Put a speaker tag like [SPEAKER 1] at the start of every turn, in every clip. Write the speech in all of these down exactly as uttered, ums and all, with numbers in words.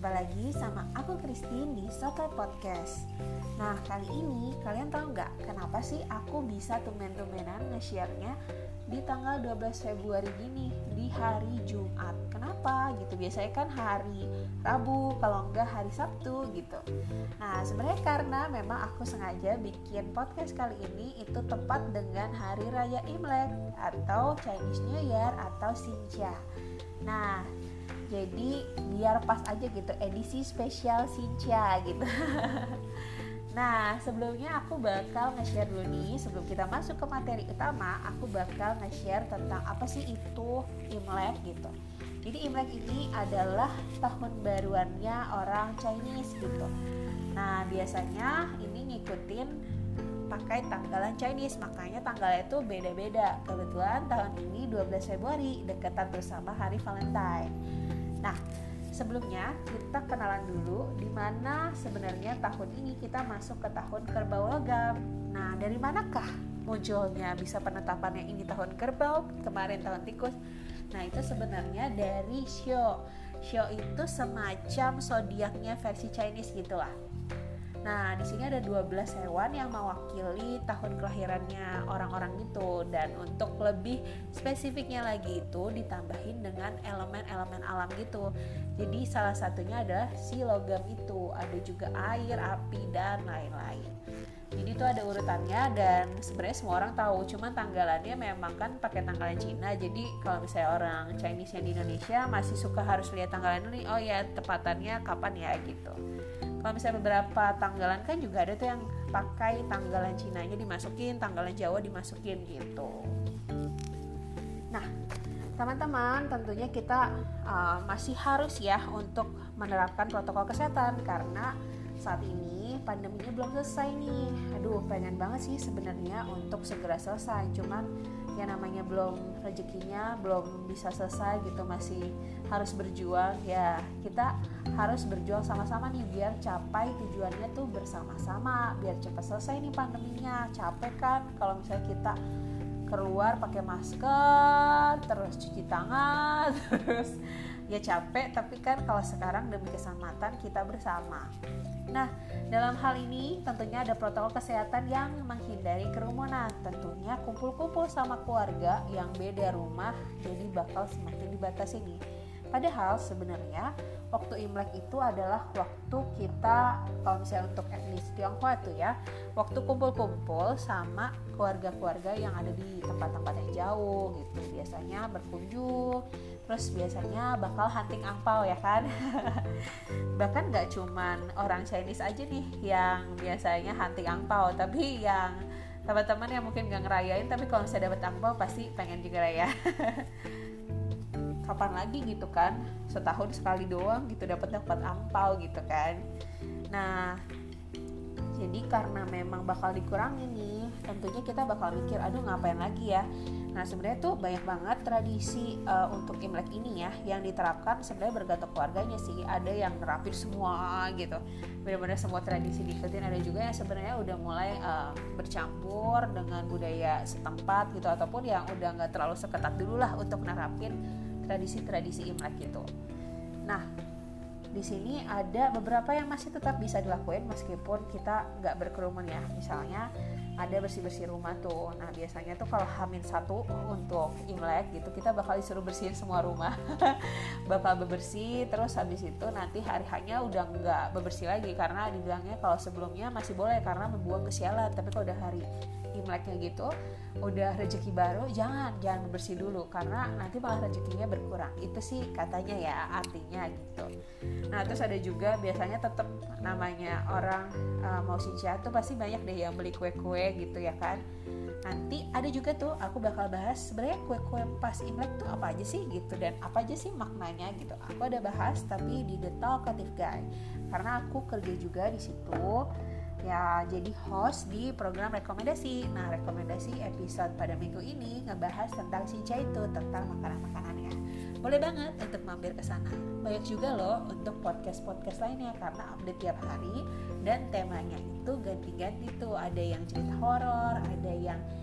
[SPEAKER 1] Jumpa lagi sama aku Christine di Soto Podcast. Nah, kali ini kalian tahu nggak kenapa sih aku bisa tumben-tumbenan nge-share-nya di tanggal dua belas Februari gini, di hari Jumat. Kenapa gitu? Biasanya kan hari Rabu, kalau enggak hari Sabtu gitu. Nah, sebenarnya karena memang aku sengaja bikin podcast kali ini itu tepat dengan hari raya Imlek atau Chinese New Year atau Xinjia. Nah, jadi biar pas aja gitu, edisi spesial Xinjia gitu. Nah, sebelumnya aku bakal nge-share dulu nih, sebelum kita masuk ke materi utama, aku bakal nge-share tentang apa sih itu Imlek gitu. Jadi Imlek ini adalah tahun baruannya orang Chinese gitu. Nah, biasanya ini ngikutin pakai tanggalan Chinese, makanya tanggalnya itu beda-beda. Kebetulan tahun ini dua belas Februari, deketan bersama hari Valentine. Nah, sebelumnya kita kenalan dulu di mana sebenarnya tahun ini kita masuk ke tahun kerbau logam. Nah, dari manakah munculnya bisa penetapannya ini tahun kerbau, kemarin tahun tikus? Nah, itu sebenarnya dari Shio. Shio itu semacam zodiaknya versi Chinese gitulah. Nah, di sini ada dua belas hewan yang mewakili tahun kelahirannya orang-orang itu, dan untuk lebih spesifiknya lagi itu ditambahin dengan elemen-elemen alam gitu. Jadi salah satunya adalah si logam itu, ada juga air, api, dan lain-lain. Jadi itu ada urutannya dan sebenarnya semua orang tahu, cuman tanggalannya memang kan pakai tanggalan Cina. Jadi kalau misalnya orang Chinese yang di Indonesia masih suka harus lihat tanggalan dulu, oh ya tepatannya kapan ya gitu. Kalau misalnya beberapa tanggalan kan juga ada tuh yang pakai tanggalan Cinanya dimasukin, tanggalan Jawa dimasukin gitu. Nah, teman-teman, tentunya kita uh, masih harus ya untuk menerapkan protokol kesehatan karena saat ini pandeminya belum selesai nih. Aduh, pengen banget sih sebenarnya untuk segera selesai, cuman ya namanya belum rezekinya belum bisa selesai gitu, masih harus berjuang ya. Kita harus berjuang sama-sama nih biar capai tujuannya tuh bersama-sama, biar cepat selesai nih pandeminya. Capek kan kalau misalnya kita keluar pakai masker, terus cuci tangan, terus ya capek, tapi kan kalau sekarang demi keselamatan kita bersama. Nah, dalam hal ini tentunya ada protokol kesehatan yang menghindari kerumunan. Tentunya kumpul-kumpul sama keluarga yang beda rumah jadi bakal semakin dibatasi nih. Padahal sebenarnya waktu Imlek itu adalah waktu kita, kalau misalnya untuk etnis Tionghoa tuh ya, waktu kumpul-kumpul sama keluarga-keluarga yang ada di tempat-tempat yang jauh gitu. Biasanya berkunjung, terus biasanya bakal hunting angpau ya kan. Bahkan gak cuman orang Chinese aja nih yang biasanya hunting angpau, tapi yang teman-teman yang mungkin gak ngerayain, tapi kalau misalnya dapet angpau pasti pengen juga raya. Kapan lagi gitu kan, setahun sekali doang gitu dapat dapat angpau gitu kan. Nah, jadi karena memang bakal dikurangi nih, tentunya kita bakal mikir, aduh ngapain lagi ya. Nah, sebenarnya tuh banyak banget tradisi uh, untuk Imlek ini ya yang diterapkan, sebenarnya bergantung keluarganya sih. Ada yang nerapin semua gitu, benar-benar semua tradisi diikutin. Ada juga yang sebenarnya udah mulai uh, bercampur dengan budaya setempat gitu, ataupun yang udah nggak terlalu seketat dulu lah untuk nerapin tradisi-tradisi Imlek gitu. Nah, di sini ada beberapa yang masih tetap bisa dilakuin meskipun kita nggak berkerumun ya. Misalnya ada bersih-bersih rumah tuh. Nah, biasanya tuh kalau Hamin satu untuk Imlek gitu, kita bakal disuruh bersihin semua rumah. Bakal bebersih, terus habis itu nanti hari-harinya udah nggak bebersih lagi karena dibilangnya kalau sebelumnya masih boleh karena membuang kesialan. Tapi kalau udah hari Imleknya gitu, udah rezeki baru, jangan jangan bebersih dulu karena nanti malah rezekinya berkurang. Itu sih katanya ya, artinya gitu. Nah, terus ada juga biasanya tetap namanya orang uh, mau Xinjia tuh pasti banyak deh yang beli kue-kue gitu ya kan. Nanti ada juga tuh aku bakal bahas sebenarnya kue-kue pas Imlek tuh apa aja sih gitu, dan apa aja sih maknanya gitu. Aku ada bahas tapi di The Talkative Guy karena aku kerja juga di situ. Ya, jadi host di program rekomendasi. Nah, rekomendasi episode pada minggu ini ngebahas tentang Xinjia itu, tentang makanan-makanannya. Boleh banget untuk mampir ke sana. Banyak juga loh untuk podcast-podcast lainnya karena update tiap hari dan temanya itu ganti-ganti tuh. Ada yang cerita horor, ada yang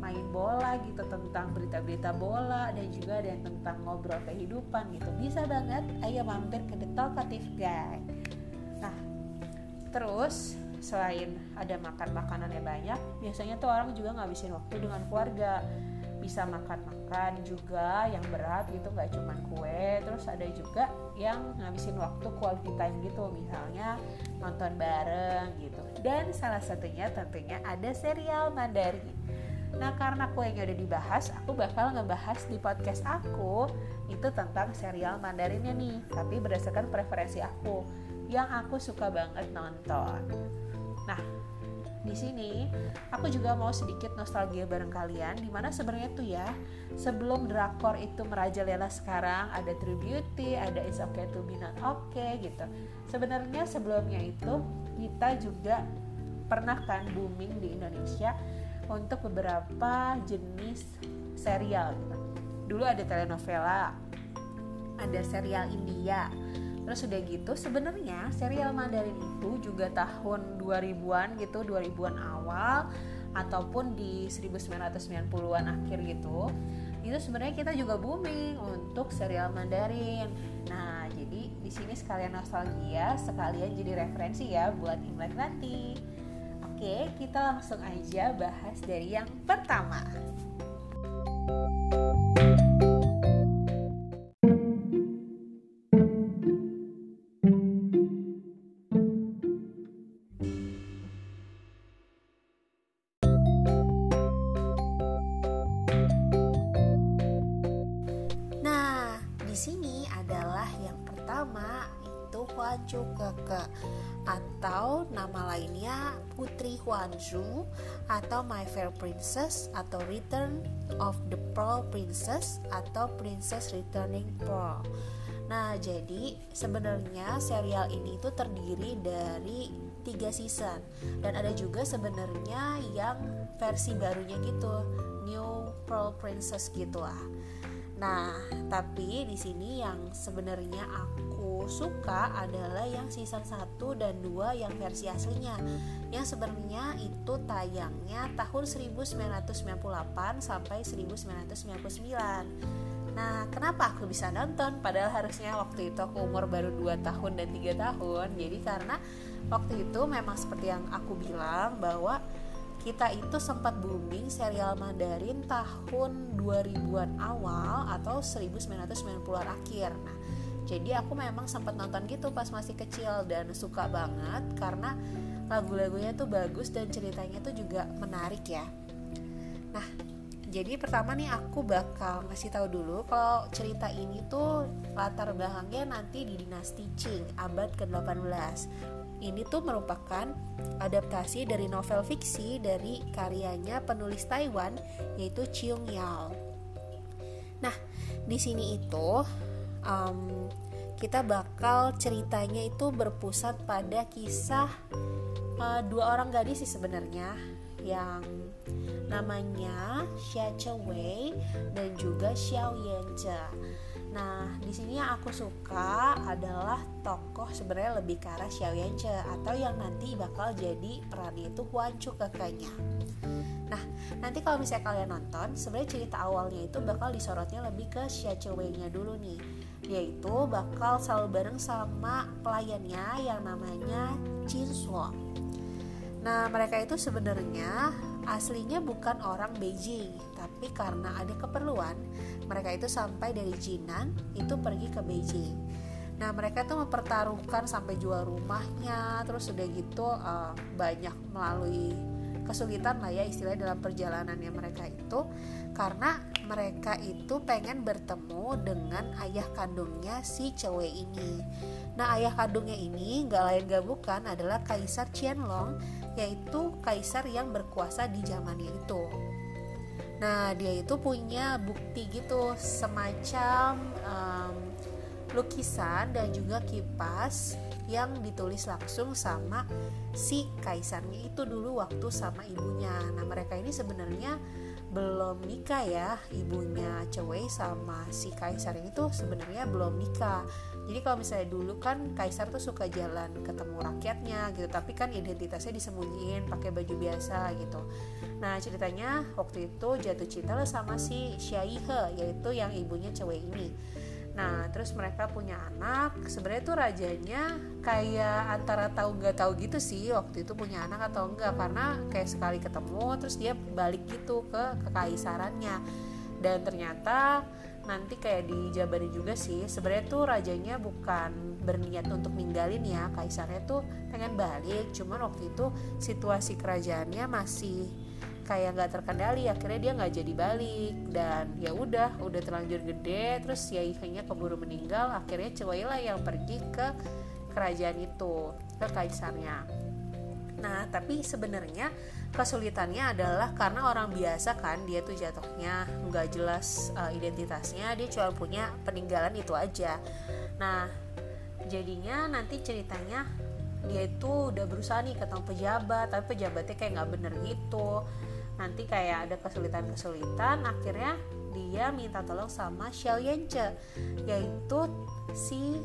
[SPEAKER 1] main bola gitu, tentang berita-berita bola, dan juga ada yang tentang ngobrol kehidupan gitu. Bisa banget, ayo mampir ke The Talkative Guy. Nah, terus selain ada makan makanannya banyak, biasanya tuh orang juga ngabisin waktu dengan keluarga. Bisa makan-makan juga yang berat gitu, gak cuman kue. Terus ada juga yang ngabisin waktu quality time gitu, misalnya nonton bareng gitu. Dan salah satunya tentunya ada serial Mandarin. Nah, karena kuenya udah dibahas, aku bakal ngebahas di podcast aku itu tentang serial Mandarinnya nih, tapi berdasarkan preferensi aku yang aku suka banget nonton. Nah, di sini aku juga mau sedikit nostalgia bareng kalian, dimana sebenarnya tuh ya, sebelum drakor itu merajalela sekarang, ada True Beauty, ada It's Okay to Be Not Okay gitu. Sebenarnya sebelumnya itu kita juga pernah kan booming di Indonesia untuk beberapa jenis serial gitu. Dulu ada telenovela, ada serial India. Terus udah gitu sebenarnya serial Mandarin itu juga tahun dua ribuan gitu, dua ribuan awal ataupun di seribu sembilan ratus sembilan puluhan akhir gitu. Itu sebenarnya kita juga booming untuk serial Mandarin. Nah, jadi di sini sekalian nostalgia, sekalian jadi referensi ya buat Imlek nanti. Oke, kita langsung aja bahas dari yang pertama. Nah, di sini adalah yang pertama itu Huanzhou Keke, atau nama lainnya Putri Huanzhou, atau My Fair Princess, atau Return of the Pearl Princess, atau Princess Returning Pearl. Nah, jadi sebenarnya serial ini itu terdiri dari tiga season, dan ada juga sebenarnya yang versi barunya gitu, New Pearl Princess gitu lah. Nah, tapi di sini yang sebenarnya aku suka adalah yang season satu dan dua yang versi aslinya. Yang sebenarnya itu tayangnya tahun seribu sembilan ratus sembilan puluh delapan sampai seribu sembilan ratus sembilan puluh sembilan. Nah, kenapa aku bisa nonton? Padahal harusnya waktu itu aku umur baru dua tahun dan tiga tahun. Jadi karena waktu itu memang seperti yang aku bilang bahwa kita itu sempat booming serial Mandarin tahun dua ribuan awal atau seribu sembilan ratus sembilan puluhan akhir. Nah, jadi aku memang sempat nonton gitu pas masih kecil dan suka banget karena lagu-lagunya tuh bagus dan ceritanya tuh juga menarik ya. Nah, jadi pertama nih aku bakal ngasih tahu dulu kalau cerita ini tuh latar belakangnya nanti di dinasti Qing abad ke delapan belas. Ini tuh merupakan adaptasi dari novel fiksi dari karyanya penulis Taiwan yaitu Cheung Yao. Nah, di sini itu um, kita bakal ceritanya itu berpusat pada kisah uh, dua orang gadis sih sebenarnya yang namanya Xia Chewei dan juga Xiao Yanzhe. Nah, di sini yang aku suka adalah tokoh sebenarnya lebih ke arah Xiao Yanzhe atau yang nanti bakal jadi perannya itu Huanzhou kakaknya. Nah, nanti kalau misalnya kalian nonton, sebenarnya cerita awalnya itu bakal disorotnya lebih ke Xia Chewei-nya dulu nih. Yaitu bakal selalu bareng sama pelayannya yang namanya Qin Shuo. Nah, mereka itu sebenarnya aslinya bukan orang Beijing, tapi karena ada keperluan, mereka itu sampai dari Jinan itu pergi ke Beijing. Nah, mereka tuh mempertaruhkan sampai jual rumahnya, terus udah gitu uh, banyak melalui kesulitan lah ya istilahnya dalam perjalanannya mereka itu, karena mereka itu pengen bertemu dengan ayah kandungnya si cewek ini. Nah, ayah kandungnya ini gak lain gak bukan adalah Kaisar Qianlong, yaitu kaisar yang berkuasa di zamannya itu. Nah, dia itu punya bukti gitu, semacam um, lukisan dan juga kipas yang ditulis langsung sama si kaisarnya itu dulu waktu sama ibunya. Nah, mereka ini sebenarnya belum nikah ya, ibunya Chewei sama si kaisar ini tuh sebenarnya belum nikah. Jadi kalau misalnya dulu kan kaisar tuh suka jalan ketemu rakyatnya gitu, tapi kan identitasnya disembunyiin pakai baju biasa gitu. Nah ceritanya waktu itu jatuh cinta lah sama si Xiaohe, yaitu yang ibunya cewek ini. Nah terus mereka punya anak. Sebenarnya tuh rajanya kayak antara tahu nggak tahu gitu sih waktu itu punya anak atau enggak, karena kayak sekali ketemu terus dia balik gitu ke kekaisarannya. Dan ternyata nanti kayak dijabarin juga sih, sebenarnya tuh rajanya bukan berniat untuk ninggalin ya kaisarnya, tuh pengen balik, cuman waktu itu situasi kerajaannya masih kayak nggak terkendali, akhirnya dia nggak jadi balik. Dan ya udah udah terlanjur gede, terus ya ikhnya keburu meninggal, akhirnya Cewei lah yang pergi ke kerajaan itu, ke kaisarnya. Nah tapi sebenarnya kesulitannya adalah karena orang biasa kan, dia tuh jatuhnya nggak jelas uh, identitasnya, dia cuma punya peninggalan itu aja. Nah jadinya nanti ceritanya dia itu udah berusaha nih ketemu pejabat, tapi pejabatnya kayak nggak bener gitu. Nanti kayak ada kesulitan-kesulitan, akhirnya dia minta tolong sama Xiao Yanche, yaitu si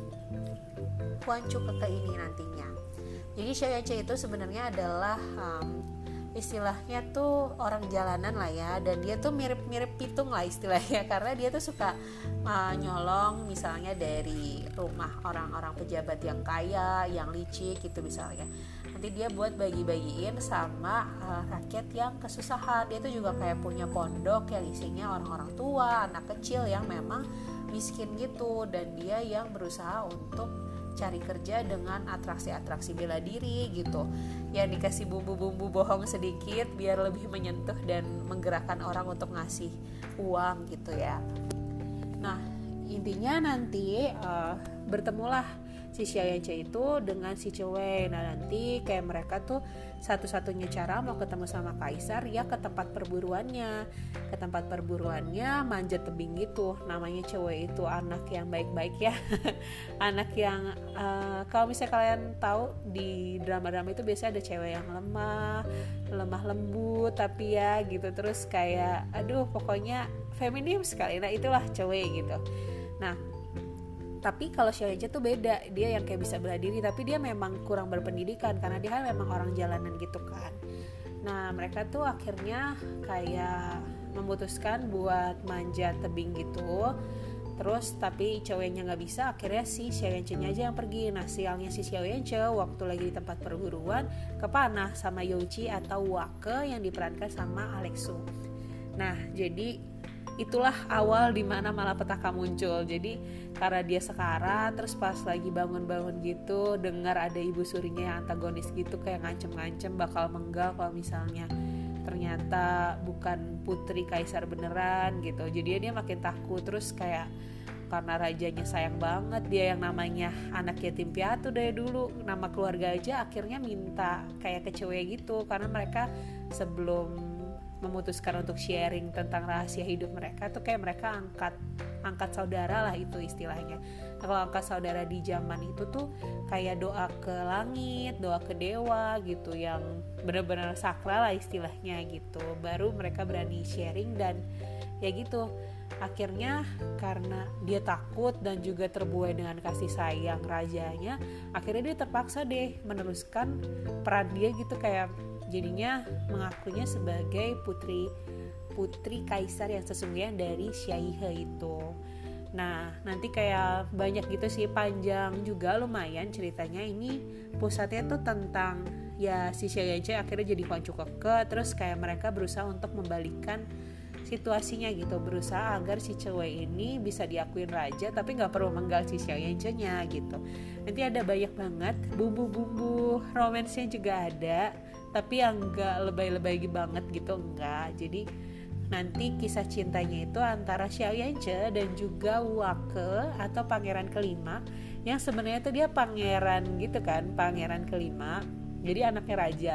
[SPEAKER 1] Huan Chu Keke ini nantinya. Jadi Xiao Yanche itu sebenarnya adalah um, istilahnya tuh orang jalanan lah ya, dan dia tuh mirip-mirip pitung lah istilahnya, karena dia tuh suka uh, nyolong misalnya dari rumah orang-orang pejabat yang kaya, yang licik gitu misalnya. Nanti dia buat bagi-bagiin sama uh, rakyat yang kesusahan. Dia tuh juga kayak punya pondok yang isinya orang-orang tua, anak kecil yang memang miskin gitu, dan dia yang berusaha untuk cari kerja dengan atraksi-atraksi bela diri gitu, yang dikasih bumbu-bumbu bohong sedikit biar lebih menyentuh dan menggerakkan orang untuk ngasih uang gitu ya. Nah intinya nanti uh, bertemulah si Xiao Yanche itu dengan si Cewei. Nah nanti kayak mereka tuh satu-satunya cara mau ketemu sama kaisar ya ke tempat perburuannya. Ke tempat perburuannya manjat tebing gitu. Namanya Cewei itu anak yang baik-baik ya. Anak yang uh, kalau misalnya kalian tahu di drama-drama itu biasanya ada cewek yang lemah, lemah lembut tapi ya gitu, terus kayak aduh pokoknya feminim sekali. Nah itulah Cewei gitu. Nah tapi kalau Xiao Yanche tuh beda, dia yang kayak bisa bela diri, tapi dia memang kurang berpendidikan karena dia kan memang orang jalanan gitu kan. Nah mereka tuh akhirnya kayak memutuskan buat manjat tebing gitu. Terus tapi ceweknya nggak bisa, akhirnya si Xiao Yanche-nya aja yang pergi. Nah sialnya si Xiao Yanche waktu lagi di tempat perburuan kepanah sama Youqi atau Wake yang diperankan sama Alex Su. Nah jadi itulah awal dimana malapetaka muncul. Jadi karena dia sekarat, terus pas lagi bangun-bangun gitu dengar ada ibu surinya yang antagonis gitu, kayak ngancem-ngancem bakal menggal kalau misalnya ternyata bukan putri kaisar beneran gitu. Jadi dia makin takut. Terus kayak karena rajanya sayang banget, dia yang namanya anak yatim piatu dari dulu, nama keluarga aja akhirnya minta kayak ke Cewei gitu, karena mereka sebelum memutuskan untuk sharing tentang rahasia hidup mereka tuh kayak mereka angkat angkat saudara lah itu istilahnya. Nah kalau angkat saudara di zaman itu tuh kayak doa ke langit, doa ke dewa gitu, yang benar-benar sakral lah istilahnya gitu, baru mereka berani sharing. Dan ya gitu akhirnya karena dia takut dan juga terbuai dengan kasih sayang rajanya, akhirnya dia terpaksa deh meneruskan peran dia gitu, kayak jadinya mengakuinya sebagai putri putri kaisar yang sesungguhnya dari Xiaohe itu. Nah nanti kayak banyak gitu sih, panjang juga lumayan ceritanya. Ini pusatnya tuh tentang ya si Xiao Yanche akhirnya jadi Huan Chu Keke, terus kayak mereka berusaha untuk membalikkan situasinya gitu, berusaha agar si Cewei ini bisa diakuin raja tapi nggak perlu menggal si Xiao Yanche-nya gitu. Nanti ada banyak banget bumbu-bumbu romansnya juga ada, tapi yang enggak lebay-lebay banget gitu, enggak. Jadi nanti kisah cintanya itu antara Xiao Yanche dan juga Wake atau pangeran kelima, yang sebenarnya tuh dia pangeran gitu kan, pangeran kelima, jadi anaknya raja.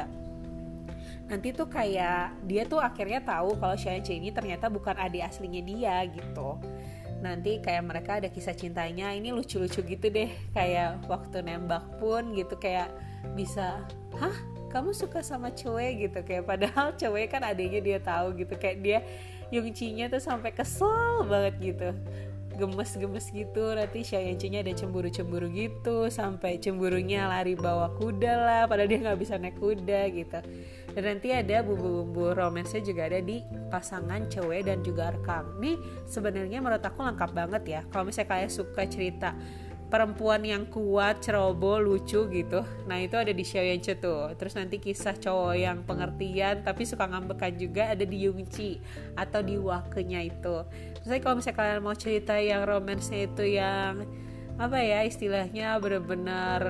[SPEAKER 1] Nanti tuh kayak dia tuh akhirnya tahu kalau Xiao Yanche ini ternyata bukan adik aslinya dia gitu. Nanti kayak mereka ada kisah cintanya, ini lucu-lucu gitu deh, kayak waktu nembak pun gitu kayak bisa, hah kamu suka sama Cewei gitu, kayak padahal Cewei kan adiknya dia tahu gitu, kayak dia Youqi-nya tuh sampai kesel banget gitu.
[SPEAKER 2] gemes-gemes gitu. Nanti Xiaoyanche-nya ada cemburu-cemburu gitu, sampai cemburunya lari bawa kuda lah, padahal dia nggak bisa naik kuda gitu. Dan nanti ada bumbu-bumbu romance-nya juga ada di pasangan Cewek dan juga Erkang. Ini sebenarnya menurut aku lengkap banget ya. Kalau misalnya kalian suka cerita perempuan yang kuat, ceroboh, lucu gitu, nah itu ada di Xiaoyanche tuh. Terus nanti kisah cowok yang pengertian tapi suka ngambekan juga ada di Yungchi atau di Wakenya itu. Terus kalau misalnya kalian mau cerita yang romance-nya itu yang apa ya istilahnya benar-benar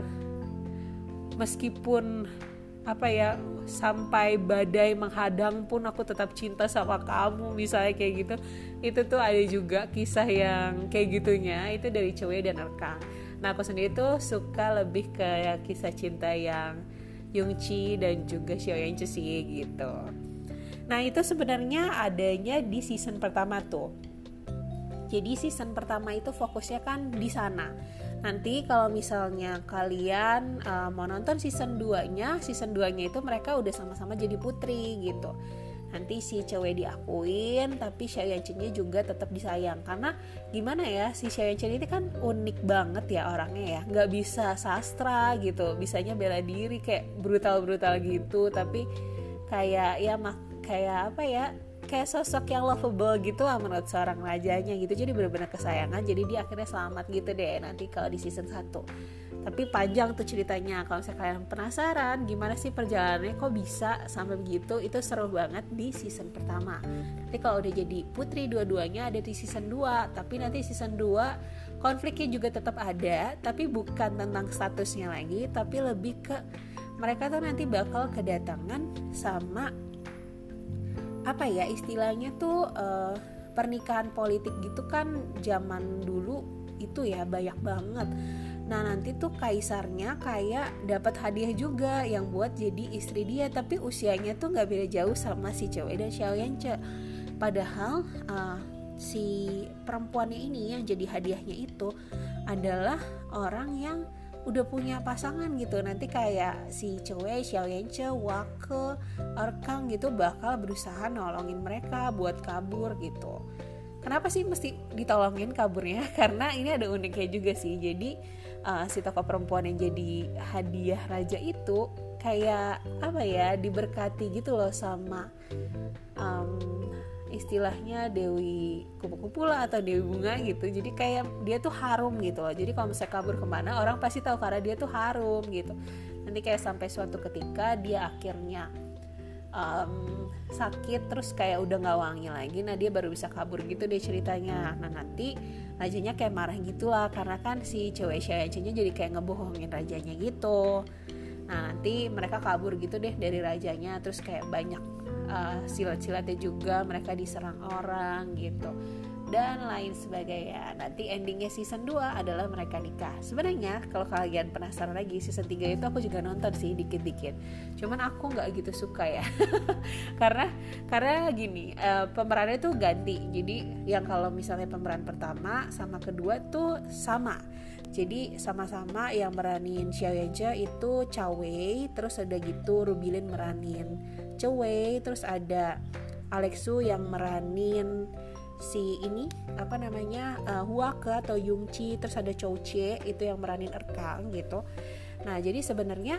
[SPEAKER 2] meskipun apa ya sampai badai menghadang pun aku tetap cinta sama kamu misalnya kayak gitu, itu tuh ada juga kisah yang kayak gitunya itu dari Cewek dan Erkang. Nah aku sendiri tuh suka lebih ke kisah cinta yang Yungchi dan juga Xiaoyanche sih gitu. Nah itu sebenarnya adanya di season pertama tuh. Jadi season pertama itu fokusnya kan di sana. Nanti kalau misalnya kalian uh, mau nonton season dua-nya, season dua-nya itu mereka udah sama-sama jadi putri gitu. Nanti si Cewek diakuin, tapi Xiaoyanche-nya juga tetap disayang. Karena gimana ya, si Xiaoyanche ini kan unik banget ya orangnya ya. Gak bisa sastra gitu, bisanya bela diri kayak brutal-brutal gitu. Tapi kayak ya mak kayak apa ya, kayak sosok yang lovable gitu lah menurut seorang rajanya gitu. Jadi benar-benar kesayangan, jadi dia akhirnya selamat gitu deh nanti kalau di season satu. Tapi panjang tuh ceritanya. Kalau misalnya kalian penasaran gimana sih perjalanannya kok bisa sampai begitu, itu seru banget di season pertama. Nanti kalau udah jadi putri dua-duanya ada di season dua. Tapi nanti season dua konfliknya juga tetap ada, tapi bukan tentang statusnya lagi, tapi lebih ke mereka tuh nanti bakal kedatangan sama apa ya istilahnya tuh uh, pernikahan politik gitu kan zaman dulu itu ya banyak banget. Nah nanti tuh kaisarnya kayak dapat hadiah juga yang buat jadi istri dia, tapi usianya tuh nggak beda jauh sama si Cewek dan Xiaoyanche. Padahal uh, si perempuannya ini yang jadi hadiahnya itu adalah orang yang udah punya pasangan gitu. Nanti kayak si Cewek, Xiaoyanche, Wake, Erkang gitu bakal berusaha nolongin mereka buat kabur gitu. Kenapa sih mesti ditolongin kaburnya? Karena ini ada uniknya juga sih. Jadi uh, si tokoh perempuan yang jadi hadiah raja itu kayak apa ya diberkati gitu loh sama um, istilahnya Dewi kupu-kupu lah atau Dewi bunga gitu. Jadi kayak dia tuh harum gitu loh. Jadi kalau misalnya kabur kemana orang pasti tahu karena dia tuh harum gitu. Nanti kayak sampai suatu ketika dia akhirnya um, sakit terus kayak udah gak wangi lagi. Nah dia baru bisa kabur gitu deh ceritanya. Nah nanti rajanya kayak marah gitu lah karena kan si Cewek Xiaoyanche-nya jadi kayak ngebohongin rajanya gitu. Nah nanti mereka kabur gitu deh dari rajanya. Terus kayak banyak Uh, silat-silatnya juga, mereka diserang orang gitu dan lain sebagainya. Nanti endingnya season dua adalah mereka nikah. Sebenarnya kalau kalian penasaran lagi season tiga itu aku juga nonton sih dikit-dikit, cuman aku gak gitu suka ya karena karena gini uh, pemerannya tuh ganti. Jadi yang kalau misalnya pemeran pertama sama kedua tuh sama, jadi sama-sama yang meranin Xiaoyanche itu Cawei, terus ada gitu Rubilin meranin Cewek, terus ada Alexu yang meranin si ini apa namanya uh, Huake atau Yungchi, terus ada Chouche itu yang meranin Erkang gitu. Nah jadi sebenarnya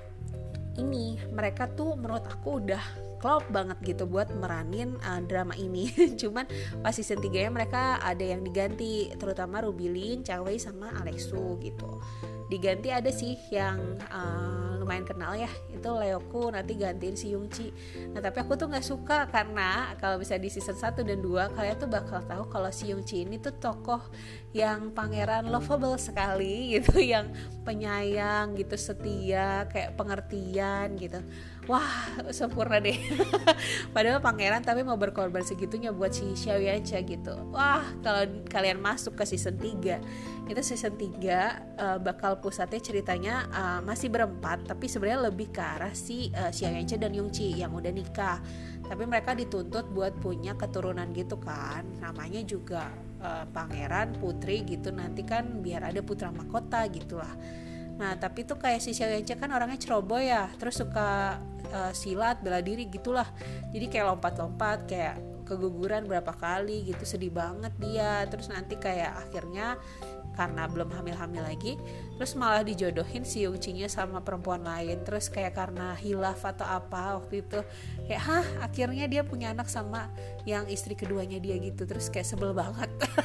[SPEAKER 2] ini mereka tuh menurut aku udah klop banget gitu buat meranin uh, drama ini. Cuman pas season tiga nya mereka ada yang diganti, terutama Rubilin, Cawei sama Alexu gitu. Diganti ada sih yang uh, lumayan kenal ya, itu Leoku nanti gantiin si Yungchi. Nah tapi aku tuh gak suka karena kalau bisa di season satu dan dua kalian tuh bakal tahu kalau si Yungchi ini tuh tokoh yang pangeran lovable sekali gitu, yang penyayang gitu, setia, kayak pengertian gitu. Wah sempurna deh padahal pangeran tapi mau berkorban segitunya buat si Xiaoyanche gitu. Wah kalau kalian masuk ke season tiga, itu season tiga uh, bakal pusatnya ceritanya uh, masih berempat, tapi sebenarnya lebih ke arah si uh, Xiaoyanche dan Yungchi yang udah nikah, tapi mereka dituntut buat punya keturunan gitu kan, namanya juga uh, pangeran putri gitu, nanti kan biar ada putra mahkota gitulah. Nah tapi tuh kayak si Xiaoyanche kan orangnya ceroboh ya, terus suka uh, silat, bela diri gitulah, jadi kayak lompat-lompat kayak keguguran berapa kali gitu, sedih banget dia. Terus nanti kayak akhirnya karena belum hamil-hamil lagi, terus malah dijodohin si Yongchinya sama perempuan lain. Terus kayak karena hilaf atau apa waktu itu kayak hah akhirnya dia punya anak sama yang istri keduanya dia gitu. Terus kayak sebel banget.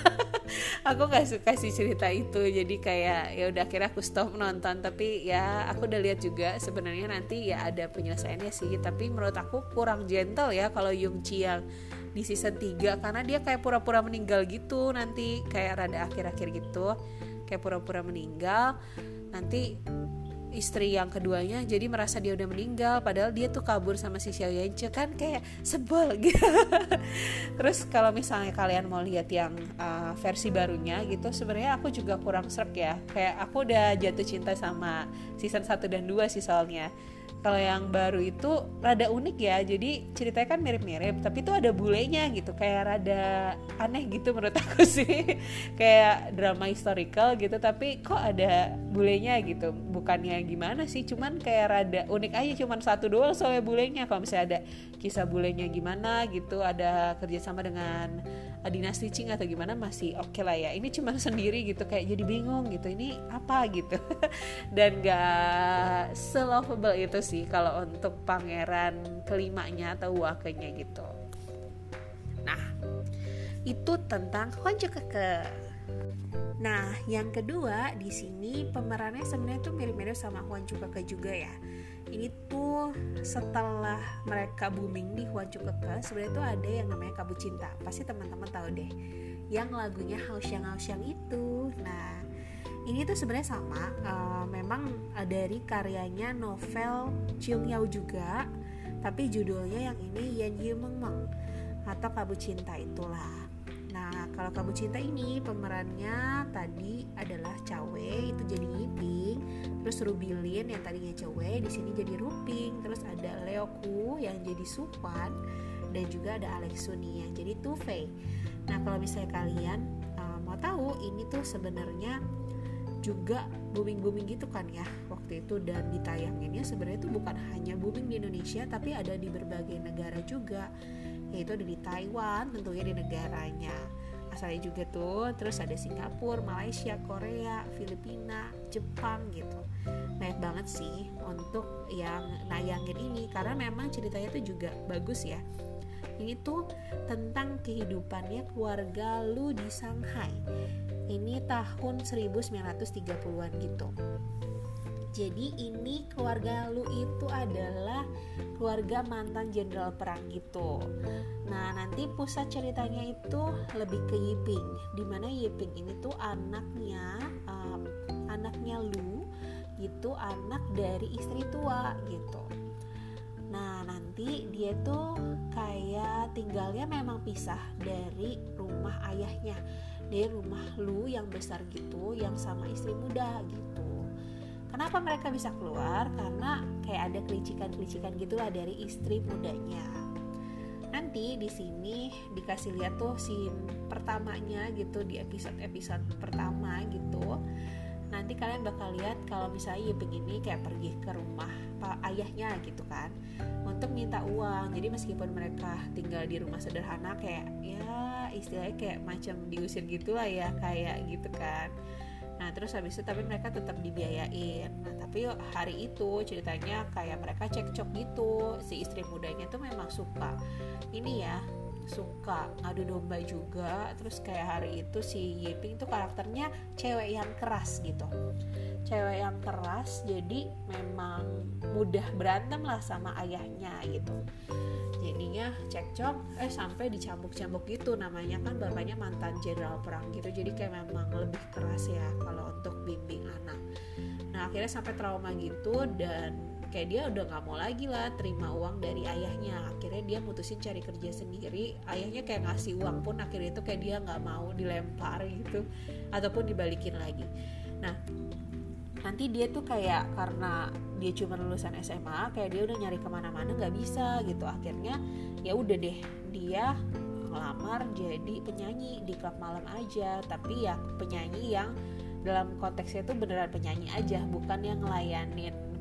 [SPEAKER 2] Aku gak suka sih cerita itu, jadi kayak ya udah akhirnya aku stop nonton. Tapi ya aku udah lihat juga sebenarnya nanti ya ada penyelesaiannya sih, tapi menurut aku kurang gentle ya kalau Yongchi yang di season tiga, karena dia kayak pura-pura meninggal gitu, nanti kayak rada akhir-akhir gitu, kayak pura-pura meninggal. Nanti istri yang keduanya jadi merasa dia udah meninggal, padahal dia tuh kabur sama si Xiao Yanche, kan kayak sebel gitu. Terus kalau misalnya kalian mau lihat yang uh, versi barunya gitu, sebenarnya aku juga kurang srek ya, kayak aku udah jatuh cinta sama season satu dan dua sih soalnya. Kalau yang baru itu rada unik ya, jadi ceritanya kan mirip-mirip, tapi tuh ada bulenya gitu, kayak rada aneh gitu menurut aku sih. Kayak drama historical gitu, tapi kok ada bulenya gitu. Bukannya gimana sih, cuman kayak rada unik aja, cuman satu doang soalnya bulenya. Kalau misalnya ada kisah bulenya gimana gitu, ada kerjasama dengan dinasti Qing atau gimana masih oke okay lah ya. Ini cuma sendiri gitu, kayak jadi bingung gitu, ini apa gitu. Dan gak se-lovable itu sih kalau untuk pangeran kelimanya atau wakenya gitu. Nah, itu tentang Hwang Keke. Nah, yang kedua di sini pemerannya sebenarnya tuh mirip-mirip sama Hwang Keke juga ya. Ini tuh setelah mereka booming di Hwang Keke, sebenarnya tuh ada yang namanya Kabut Cinta. Pasti teman-teman tahu deh. Yang lagunya Haoxiang Haoxiang itu. Nah, ini tuh sebenarnya sama, uh, memang dari karyanya novel Cheung Yao juga, tapi judulnya yang ini Yan Yu Meng Meng atau Kabut Cinta itulah. Nah, kalau Kabut Cinta ini pemerannya tadi adalah Cawe, itu jadi Yiping, terus Ruby Lin yang tadinya Cawe di sini jadi Ruping, terus ada Leo Ku yang jadi Suwan, dan juga ada Alex Suni yang jadi Tu Fei. Nah, kalau misalnya kalian uh, mau tahu, ini tuh sebenarnya juga booming-booming gitu kan ya waktu itu, dan ditayanginnya sebenarnya itu bukan hanya booming di Indonesia, tapi ada di berbagai negara juga, yaitu ada di Taiwan tentunya di negaranya asalnya juga tuh, terus ada Singapura, Malaysia, Korea, Filipina, Jepang gitu. Banyak banget sih untuk yang nayangin ini, karena memang ceritanya tuh juga bagus ya. Ini tuh tentang kehidupannya keluarga Lu di Shanghai. Ini tahun seribu sembilan ratus tiga puluhan gitu. Jadi ini keluarga Lu itu adalah keluarga mantan jenderal perang gitu. Nah, nanti pusat ceritanya itu lebih ke Yiping, dimana Yiping ini tuh anaknya um, anaknya Lu gitu, anak dari istri tua gitu. Nah, nanti dia tuh kayak tinggalnya memang pisah dari rumah ayahnya, dari rumah Lu yang besar gitu, yang sama istri muda gitu. Kenapa mereka bisa keluar? Karena kayak ada kelicikan-kelicikan gitulah dari istri mudanya. Nanti di sini dikasih lihat tuh scene pertamanya gitu, di episode-episode pertama gitu. Nanti kalian bakal lihat kalau misalnya Yiping ini kayak pergi ke rumah pak ayahnya gitu kan, untuk minta uang. Jadi meskipun mereka tinggal di rumah sederhana, kayak ya istilahnya kayak macam diusir gitulah ya, kayak gitu kan. Nah, terus habis itu tapi mereka tetap dibiayain. Nah, tapi hari itu ceritanya kayak mereka cekcok gitu. Si istri mudanya tuh memang suka ini ya, suka ngadu domba juga. Terus kayak hari itu si Yiping tuh karakternya cewek yang keras gitu, cewek yang keras, jadi memang mudah berantem lah sama ayahnya gitu. Jadinya cekcok, eh sampai dicambuk-cambuk gitu. Namanya kan bapaknya mantan jenderal perang gitu, jadi kayak memang lebih keras ya kalau untuk bimbing anak. Nah, akhirnya sampai trauma gitu, dan kayak dia udah gak mau lagi lah terima uang dari ayahnya. Akhirnya dia mutusin cari kerja sendiri. Ayahnya kayak ngasih uang pun akhirnya itu kayak dia gak mau, dilempar gitu ataupun dibalikin lagi. Nah, nanti dia tuh kayak karena dia cuma lulusan S M A, kayak dia udah nyari kemana-mana nggak bisa gitu. Akhirnya ya udah deh, dia ngelamar jadi penyanyi di klub malam aja, tapi ya penyanyi yang dalam konteksnya tuh beneran penyanyi aja, bukan yang ngelayanin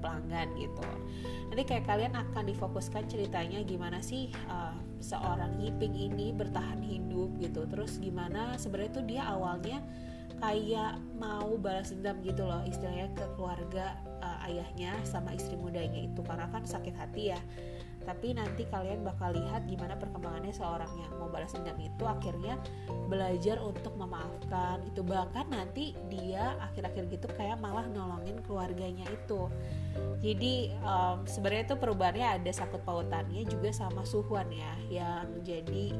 [SPEAKER 2] pelanggan gitu. Nanti kayak kalian akan difokuskan ceritanya gimana sih uh, seorang Yiping ini bertahan hidup gitu. Terus gimana sebenarnya tuh dia awalnya kayak mau balas dendam gitu loh, istilahnya ke keluarga uh, ayahnya sama istri mudanya itu, karena kan sakit hati ya. Tapi nanti kalian bakal lihat gimana perkembangannya seorang yang mau balas dendam itu akhirnya belajar untuk memaafkan gitu. Bahkan nanti dia akhir-akhir gitu kayak malah nolongin keluarganya itu. Jadi um, sebenarnya itu perubahannya ada sangkut pautannya juga sama Suhwan ya, yang jadi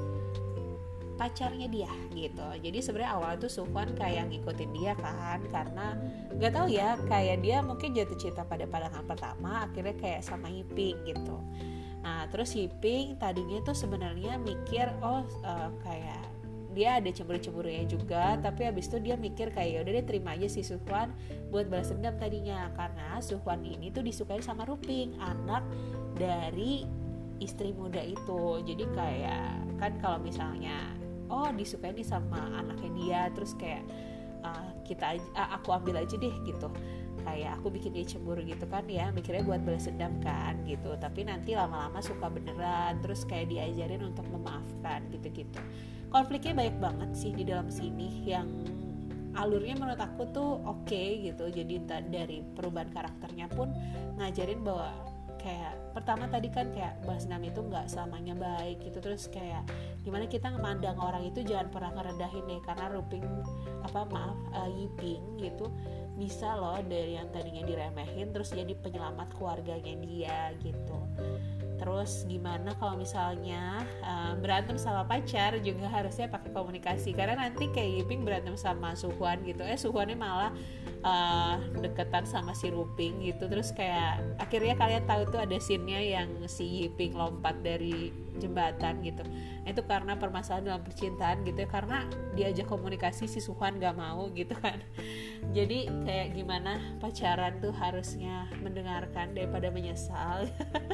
[SPEAKER 2] pacarnya dia gitu. Jadi sebenarnya awalnya tuh Suhwan kayak ngikutin dia kan, karena nggak tahu ya, kayak dia mungkin jatuh cinta pada pandangan pertama, akhirnya kayak sama Yiping gitu. Nah terus Yiping tadinya tuh sebenarnya mikir oh uh, kayak dia ada cemburu-cemburunya juga, tapi habis itu dia mikir kayak udah deh terima aja si Suhwan buat balas dendam tadinya, karena Suhwan ini tuh disukai sama Ruping, anak dari istri muda itu. Jadi kayak kan kalau misalnya oh disukai nih sama anaknya dia, terus kayak uh, kita uh, aku ambil aja deh gitu, kayak aku bikin dia cemburu gitu kan ya, mikirnya buat balas dendam kan gitu. Tapi nanti lama-lama suka beneran, terus kayak diajarin untuk memaafkan gitu-gitu. Konfliknya banyak banget sih di dalam sini, yang alurnya menurut aku tuh oke okay, gitu. Jadi dari perubahan karakternya pun ngajarin bahwa kayak pertama tadi kan kayak balas dendam itu nggak selamanya baik gitu. Terus kayak gimana kita memandang orang itu jangan pernah ngerendahin deh, karena Ruping apa maaf uh, Yiping gitu bisa loh dari yang tadinya diremehin terus jadi penyelamat keluarganya dia gitu. Terus gimana kalau misalnya uh, berantem sama pacar juga harusnya pakai komunikasi, karena nanti kayak Yiping berantem sama Suhwan gitu, eh Suhwannya malah uh, deketan sama si Ruping gitu. Terus kayak akhirnya kalian tahu tuh ada scene-nya yang si Yiping lompat dari jembatan gitu. Itu karena permasalahan dalam percintaan gitu ya, karena diajak komunikasi si Suhwan gak mau gitu kan. Jadi kayak gimana pacaran tuh harusnya mendengarkan daripada menyesal.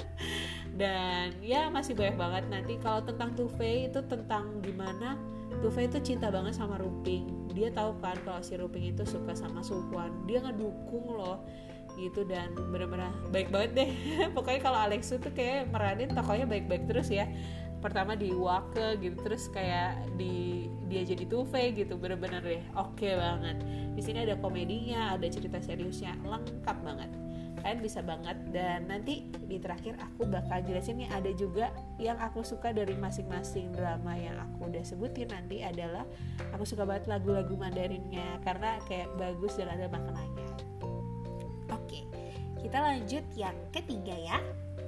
[SPEAKER 2] Dan ya masih banyak banget nanti. Kalau tentang Tufei itu tentang gimana Tufei itu cinta banget sama Ruping. Dia tahu kan kalau si Ruping itu suka sama Suhwan, dia ngedukung loh gitu, dan benar-benar baik banget deh. Pokoknya kalau Alexu tuh kayak meranin tokohnya baik-baik terus ya. Pertama di Wake gitu, terus kayak di dia jadi Tufei gitu, bener-bener deh oke okay banget. Di sini ada komedinya, ada cerita seriusnya, lengkap banget. Kalian bisa banget. Dan nanti di terakhir aku bakal jelasin nih, ada juga yang aku suka dari masing-masing drama yang aku udah sebutin nanti adalah aku suka banget lagu-lagu Mandarinnya karena kayak bagus dan ada maknanya. Oke, kita lanjut yang ketiga ya.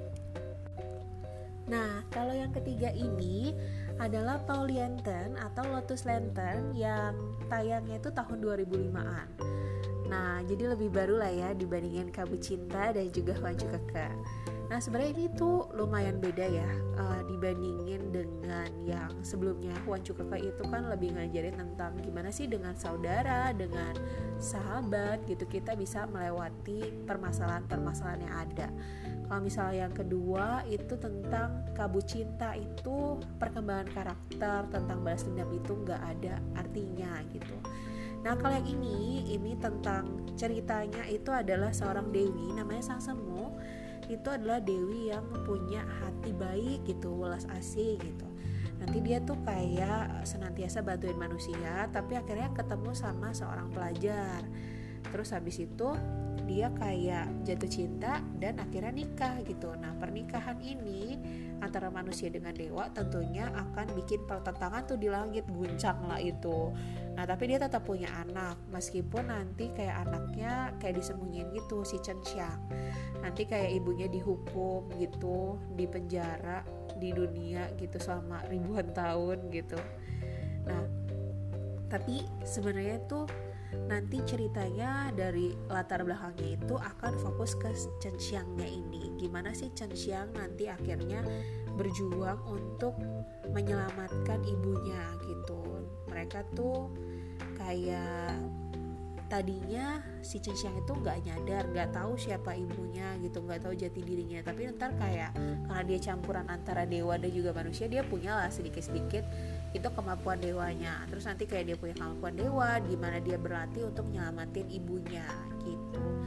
[SPEAKER 2] Nah, kalau yang ketiga ini adalah Tao Lantern atau Lotus Lantern yang tayangnya itu tahun dua ribu limaan. Nah, jadi lebih baru lah ya dibandingin Kabu Cinta dan juga Hwachu Keke. Nah, sebenarnya ini tuh lumayan beda ya uh, dibandingin dengan yang sebelumnya. Hwachu Keke itu kan lebih ngajarin tentang gimana sih dengan saudara, dengan sahabat gitu kita bisa melewati permasalahan-permasalahan yang ada. Kalau misalnya yang kedua itu tentang Kabu Cinta, itu perkembangan karakter tentang balas dendam itu nggak ada artinya gitu. Nah kalau yang ini, ini tentang ceritanya itu adalah seorang Dewi namanya Sang Semu. Itu adalah Dewi yang punya hati baik gitu, welas asih gitu. Nanti dia tuh kayak senantiasa bantuin manusia, tapi akhirnya ketemu sama seorang pelajar. Terus habis itu dia kayak jatuh cinta dan akhirnya nikah gitu. Nah pernikahan ini antara manusia dengan dewa tentunya akan bikin pertentangan tuh di langit, guncang lah itu. Nah tapi dia tetap punya anak, meskipun nanti kayak anaknya kayak disembunyiin gitu, si Chen Xiang. Nanti kayak ibunya dihukum gitu, di penjara di dunia gitu selama ribuan tahun gitu. Nah tapi sebenarnya tuh nanti ceritanya dari latar belakangnya itu akan fokus ke Chen Xiangnya ini. Gimana sih Chen Xiang nanti akhirnya berjuang untuk menyelamatkan ibunya gitu. Mereka tuh kayak tadinya si Chen Xiang itu nggak nyadar, nggak tahu siapa ibunya gitu, nggak tahu jati dirinya. Tapi ntar kayak karena dia campuran antara dewa dan juga manusia, dia punya lah sedikit-sedikit itu kemampuan dewanya. Terus nanti kayak dia punya kemampuan dewa, gimana dia berlatih untuk nyelamatin ibunya gitu.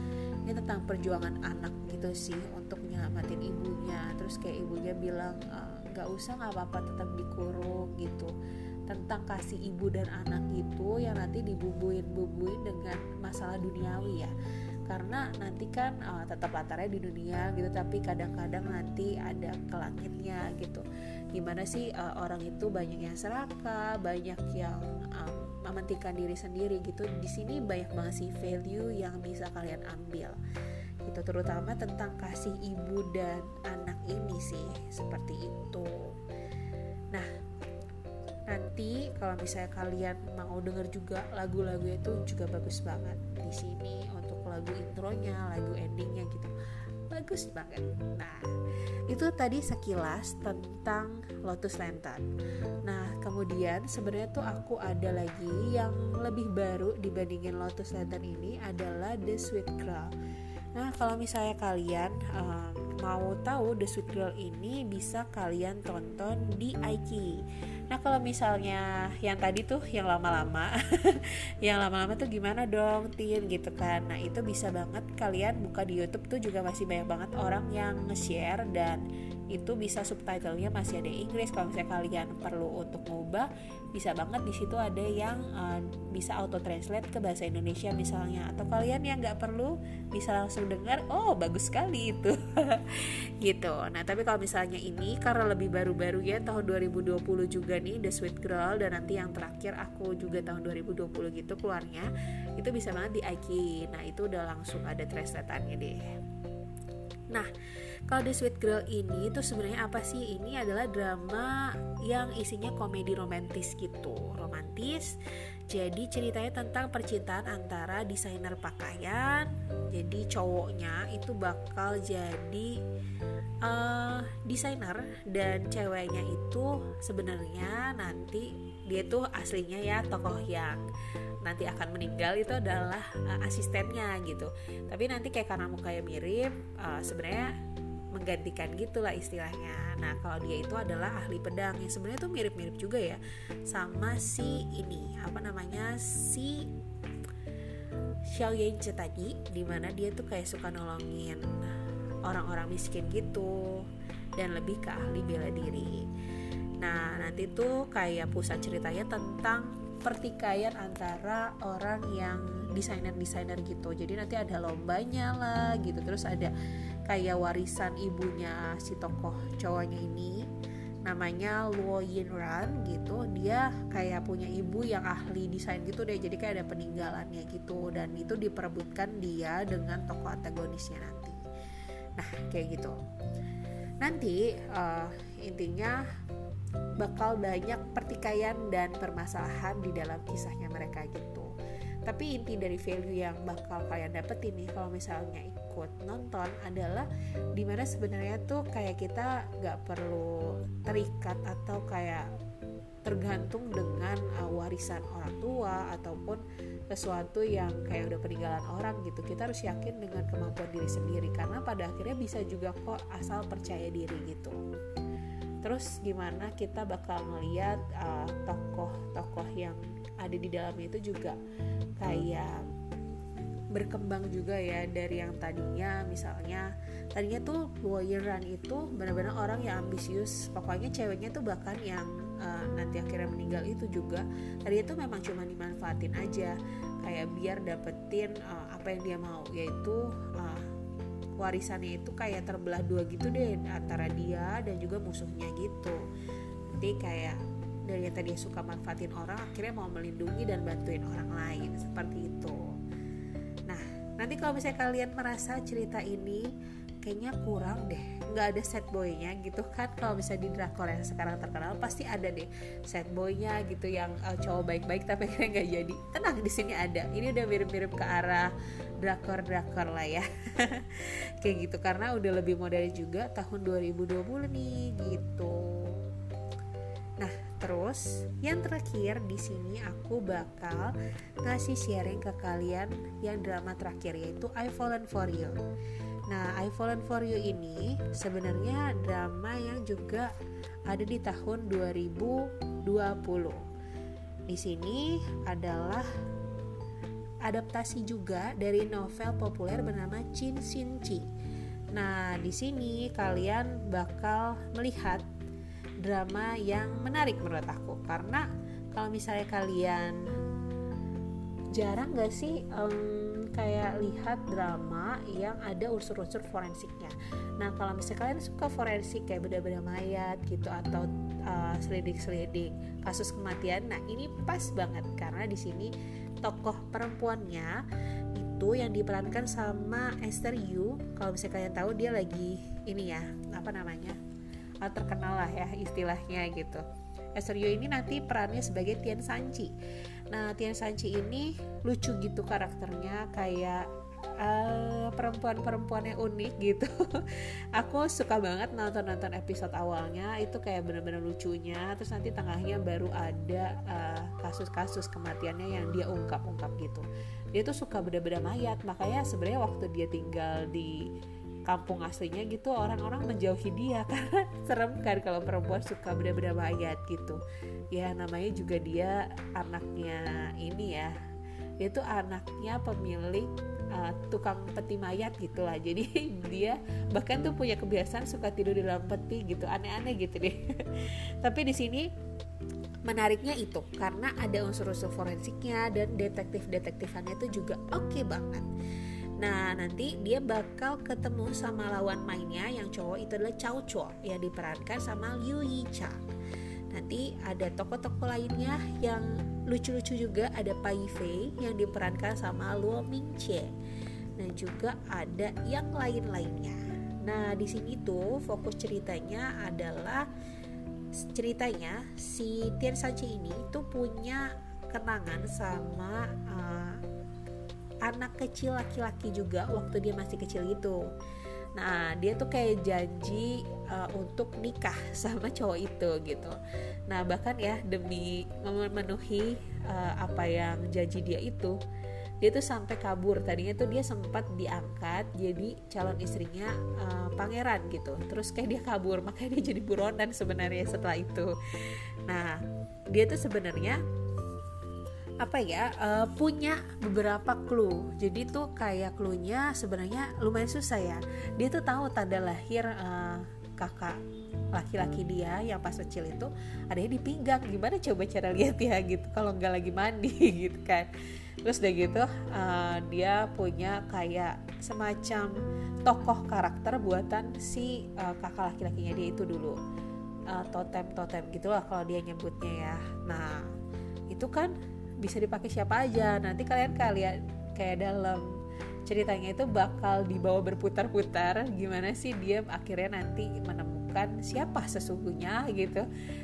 [SPEAKER 1] ini tentang perjuangan anak gitu sih untuk nyelamatin ibunya. Terus kayak ibunya bilang nggak usah, nggak apa-apa, tetap dikurung gitu. Tentang kasih ibu dan anak gitu yang nanti dibumbuin-bumbuin dengan masalah duniawi ya. Karena nanti kan uh, tetap latarnya di dunia gitu, tapi kadang-kadang nanti ada ke langitnya gitu. Gimana sih uh, orang itu banyak yang serakah, banyak yang um, mementingkan diri sendiri gitu. Di sini banyak banget sih value yang bisa kalian ambil gitu, terutama tentang kasih ibu dan anak ini sih, seperti itu. Nah, nanti kalau misalnya kalian mau denger juga lagu-lagunya itu juga bagus banget di sini, untuk lagu intronya, lagu endingnya gitu, bagus banget. Nah, itu tadi sekilas tentang Lotus Lantern. Nah, kemudian sebenarnya tuh aku ada lagi yang lebih baru dibandingin Lotus Lantern ini, adalah The Sweet Girl. Nah, kalau misalnya kalian um, mau tahu The Sweet Girl ini, bisa kalian tonton di iQIYI. Nah, kalau misalnya yang tadi tuh yang lama-lama yang lama-lama tuh gimana dong Tin gitu kan. Nah, itu bisa banget kalian buka di YouTube tuh, juga masih banyak banget orang yang nge-share, dan itu bisa subtitlenya masih ada Inggris. Kalau misalnya kalian perlu untuk ngubah, bisa banget di situ ada yang uh, bisa auto translate ke bahasa Indonesia misalnya. Atau kalian yang nggak perlu bisa langsung dengar, oh bagus sekali itu gitu. Nah, tapi kalau misalnya ini karena lebih baru-baru ya, tahun dua ribu dua puluh juga nih The Sweet Girl, dan nanti yang terakhir aku juga tahun dua ribu dua puluh gitu keluarnya, itu bisa banget di iQIYI. Nah, itu udah langsung ada translatannya deh. Nah, kalau The Sweet Girl ini tuh sebenarnya apa sih? Ini adalah drama yang isinya komedi romantis gitu, romantis. Jadi ceritanya tentang percintaan antara desainer pakaian. Jadi cowoknya itu bakal jadi uh, desainer, dan ceweknya itu sebenarnya nanti dia tuh aslinya ya tokoh yang nanti akan meninggal itu adalah uh, asistennya gitu. Tapi nanti kayak karena mukanya mirip, uh, sebenarnya menggantikan gitulah istilahnya. Nah, kalau dia itu adalah ahli pedang, yang sebenarnya tuh mirip-mirip juga ya sama si ini apa namanya si Xiao Yanche tadi, dimana dia tuh kayak suka nolongin orang-orang miskin gitu, dan lebih ke ahli bela diri. Nah, nanti tuh kayak pusat ceritanya tentang pertikaian antara orang yang desainer-desainer gitu. Jadi nanti ada lombanya lah gitu. Terus ada kayak warisan ibunya si tokoh cowoknya ini, namanya Luo Yinran gitu. Dia kayak punya ibu yang ahli desain gitu deh. Jadi kayak ada peninggalannya gitu, dan itu diperebutkan dia dengan tokoh antagonisnya nanti. Nah, kayak gitu. Nanti uh, intinya bakal banyak pertikaian dan permasalahan di dalam kisahnya mereka gitu. Tapi inti dari value yang bakal kalian dapetin nih kalau misalnya ikut nonton adalah dimana sebenarnya tuh kayak kita gak perlu terikat atau kayak tergantung dengan uh, warisan orang tua ataupun sesuatu yang kayak udah peninggalan orang gitu. Kita harus yakin dengan kemampuan diri sendiri, karena pada akhirnya bisa juga kok asal percaya diri gitu. Terus gimana kita bakal ngelihat uh, tokoh-tokoh yang ada di dalamnya itu juga kayak berkembang juga ya, dari yang tadinya misalnya tadinya tuh Luo Yinran itu benar-benar orang yang ambisius, pokoknya ceweknya tuh bahkan yang uh, nanti akhirnya meninggal itu juga tadinya tuh memang cuma dimanfaatin aja kayak biar dapetin uh, apa yang dia mau, yaitu uh, warisannya itu kayak terbelah dua gitu deh antara dia dan juga musuhnya gitu. Nanti kayak dari yang tadi suka manfaatin orang akhirnya mau melindungi dan bantuin orang lain, seperti itu. Nah, nanti kalau misalnya kalian merasa cerita ini kayaknya kurang deh, nggak ada sad boy-nya gitu kan. Kalau misalnya di drakor yang sekarang terkenal pasti ada deh sad boy-nya gitu, yang uh, cowok baik-baik tapi akhirnya nggak jadi. Tenang, di sini ada. Ini udah mirip-mirip ke arah drakor-drakor lah ya. Kayak gitu, karena udah lebih modern juga tahun dua ribu dua puluh nih gitu. Nah, terus yang terakhir di sini aku bakal ngasih sharing ke kalian yang drama terakhir, yaitu I Fallen For You. Nah, I Fallen For You ini sebenarnya drama yang juga ada di tahun dua ribu dua puluh. Di sini adalah
[SPEAKER 2] adaptasi juga dari novel populer bernama Chin Sin Chi. Nah, di sini kalian bakal melihat drama yang menarik menurut aku, karena kalau misalnya kalian jarang gak sih um, kayak lihat drama yang ada unsur-unsur forensiknya. Nah, kalau misalnya kalian suka forensik kayak benda-benda mayat gitu atau uh, selidik-selidik kasus kematian, nah ini pas banget karena di sini tokoh perempuannya itu yang diperankan sama Esther Yu. Kalau misalnya kalian tahu dia lagi ini ya, apa namanya? Uh, terkenal lah ya istilahnya gitu. Esther Yu ini nanti perannya sebagai Tian Sanchi. Nah, Tian Sanchi ini lucu gitu karakternya, kayak uh, perempuan-perempuan yang unik gitu. Aku suka banget nonton-nonton episode awalnya, itu kayak bener-bener lucunya. Terus nanti tengahnya baru ada uh, kasus-kasus kematiannya yang dia ungkap-ungkap gitu. Dia tuh suka benda-benda mayat, makanya sebenarnya waktu dia tinggal di kampung aslinya gitu orang-orang menjauhi dia karena serem kan kalau perempuan suka benda-benda mayat gitu. Ya namanya juga dia anaknya ini ya, dia tuh anaknya pemilik uh, tukang peti mayat gitulah. Jadi dia bahkan tuh punya kebiasaan suka tidur di dalam peti gitu, aneh-aneh gitu deh. Tapi di sini menariknya itu karena ada unsur-unsur forensiknya dan detektif-detektifannya itu juga oke okay banget. Nah, nanti dia bakal ketemu sama lawan mainnya yang cowok itu adalah Chow Chua yang diperankan sama Liu Yicha. Nanti ada tokoh-tokoh lainnya yang lucu-lucu juga, ada Pai Fei yang diperankan sama Luo Mingche. Dan juga ada yang lain-lainnya. Nah, di sini tuh fokus ceritanya adalah ceritanya si Tian Sanchi ini tuh punya kenangan sama uh, anak kecil laki-laki juga waktu dia masih kecil gitu. Nah, dia tuh kayak janji uh, untuk nikah sama cowok itu gitu. Nah, bahkan ya demi memenuhi uh, apa yang janji dia itu, dia tuh sampai kabur. Tadinya tuh dia sempat diangkat jadi calon istrinya uh, pangeran gitu. Terus kayak dia kabur, makanya dia jadi buronan sebenarnya setelah itu. Nah, dia tuh sebenarnya apa ya uh, punya beberapa clue. Jadi tuh kayak cluenya sebenarnya lumayan susah ya. Dia tuh tahu tanda lahir uh, kakak laki-laki dia yang pas kecil itu adanya di pinggang. Gimana coba cara lihat ya gitu kalau nggak lagi mandi gitu kan. Terus udah gitu uh, dia punya kayak semacam tokoh karakter buatan si uh, kakak laki-lakinya dia itu dulu, uh, totem-totem gitulah kalau dia nyebutnya ya. Nah itu kan bisa dipakai siapa aja. Nanti kalian kalian kayak dalam ceritanya itu bakal dibawa berputar-putar gimana sih dia akhirnya nanti menemukan siapa sesungguhnya gitu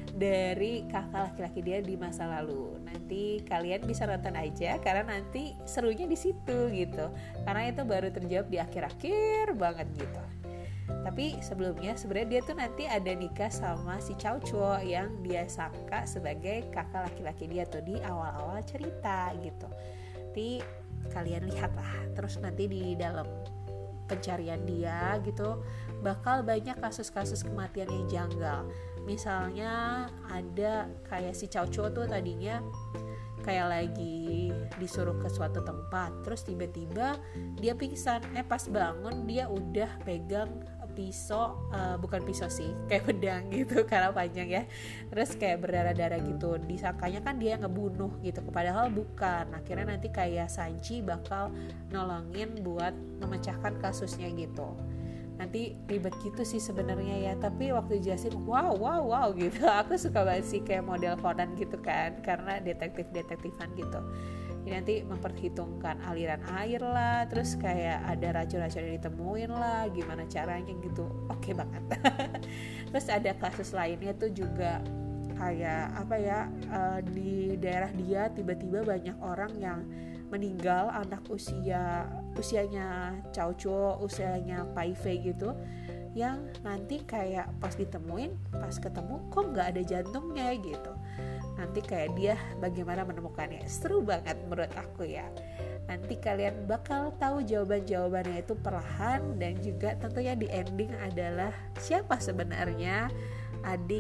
[SPEAKER 2] dari kakak laki-laki dia di masa lalu. Nanti kalian bisa nonton aja karena nanti serunya di situ gitu. Karena itu baru terjawab di akhir-akhir banget gitu. Tapi sebelumnya sebenarnya dia tuh nanti ada nikah sama si Chow Chua yang dia sangka sebagai kakak laki-laki dia tuh di awal-awal cerita gitu. Nanti kalian lihat lah. Terus nanti di dalam pencarian dia gitu bakal banyak kasus-kasus kematian yang janggal. Misalnya ada kayak si Chow Chua tuh tadinya kayak lagi disuruh ke suatu tempat, terus tiba-tiba dia pingsan. Eh pas bangun dia udah pegang pisau, uh, bukan pisau sih, kayak pedang gitu karena panjang ya. Terus kayak berdarah-darah gitu. Disangkanya kan dia ngebunuh gitu, padahal bukan. Akhirnya nanti kayak Sanchi bakal nolongin buat memecahkan kasusnya gitu. Nanti ribet gitu sih sebenarnya ya, tapi waktu jelasin wow wow wow gitu. Aku suka banget sih kayak model Conan gitu kan, karena detektif-detektifan gitu. Jadi nanti memperhitungkan aliran air lah, terus kayak ada racun-racun yang ditemuin lah, gimana caranya gitu. Oke banget. Terus ada kasus lainnya tuh juga kayak apa ya, uh, di daerah dia tiba-tiba banyak orang yang meninggal, anak usia usianya Chow Chua, usianya Pai Fei gitu, yang nanti kayak pas ditemuin, pas ketemu kok nggak ada jantungnya gitu. Nanti kayak dia bagaimana menemukannya. Seru banget menurut aku ya. Nanti kalian bakal tahu jawaban-jawabannya itu perlahan, dan juga tentunya di ending adalah siapa sebenarnya adik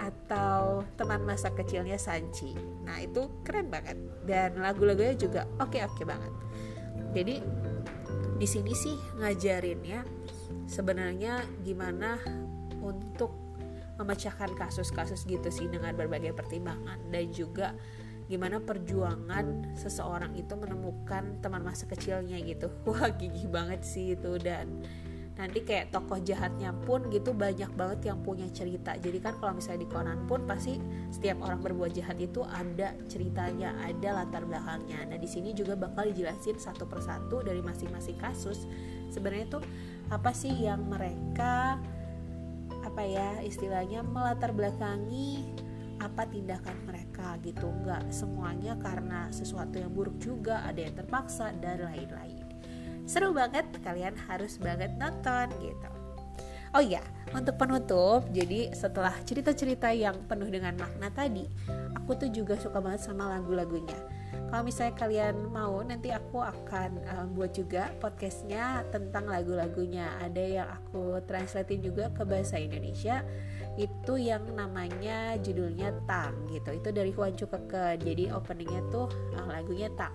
[SPEAKER 1] atau teman masa kecilnya Sanchi. Nah itu keren banget dan lagu-lagunya juga oke-oke banget. Jadi di sini sih ngajarinnya sebenarnya gimana untuk memecahkan kasus-kasus gitu sih dengan berbagai pertimbangan, dan juga gimana perjuangan seseorang itu menemukan teman masa kecilnya gitu. Wah gigih banget sih itu. Dan nanti kayak tokoh jahatnya pun gitu banyak banget yang punya cerita. Jadi kan kalau misalnya di Conan pun pasti setiap orang berbuat jahat itu ada ceritanya, ada latar belakangnya. Nah di sini juga bakal dijelasin satu persatu dari masing-masing kasus sebenarnya tuh apa sih yang mereka apa ya istilahnya melatar belakangi apa tindakan mereka gitu. Nggak semuanya karena sesuatu yang buruk juga, ada yang terpaksa dan lain-lain. Seru banget, kalian harus banget nonton gitu. Oh iya, untuk penutup, jadi setelah cerita-cerita yang penuh dengan makna tadi, aku tuh juga suka banget sama lagu-lagunya. Kalau misalnya kalian mau, nanti aku akan um, buat juga podcastnya tentang lagu-lagunya. Ada yang aku translatein juga ke bahasa Indonesia, itu yang namanya judulnya Tang gitu. Itu dari Huan Chu Keke. Jadi openingnya tuh uh, lagunya Tang.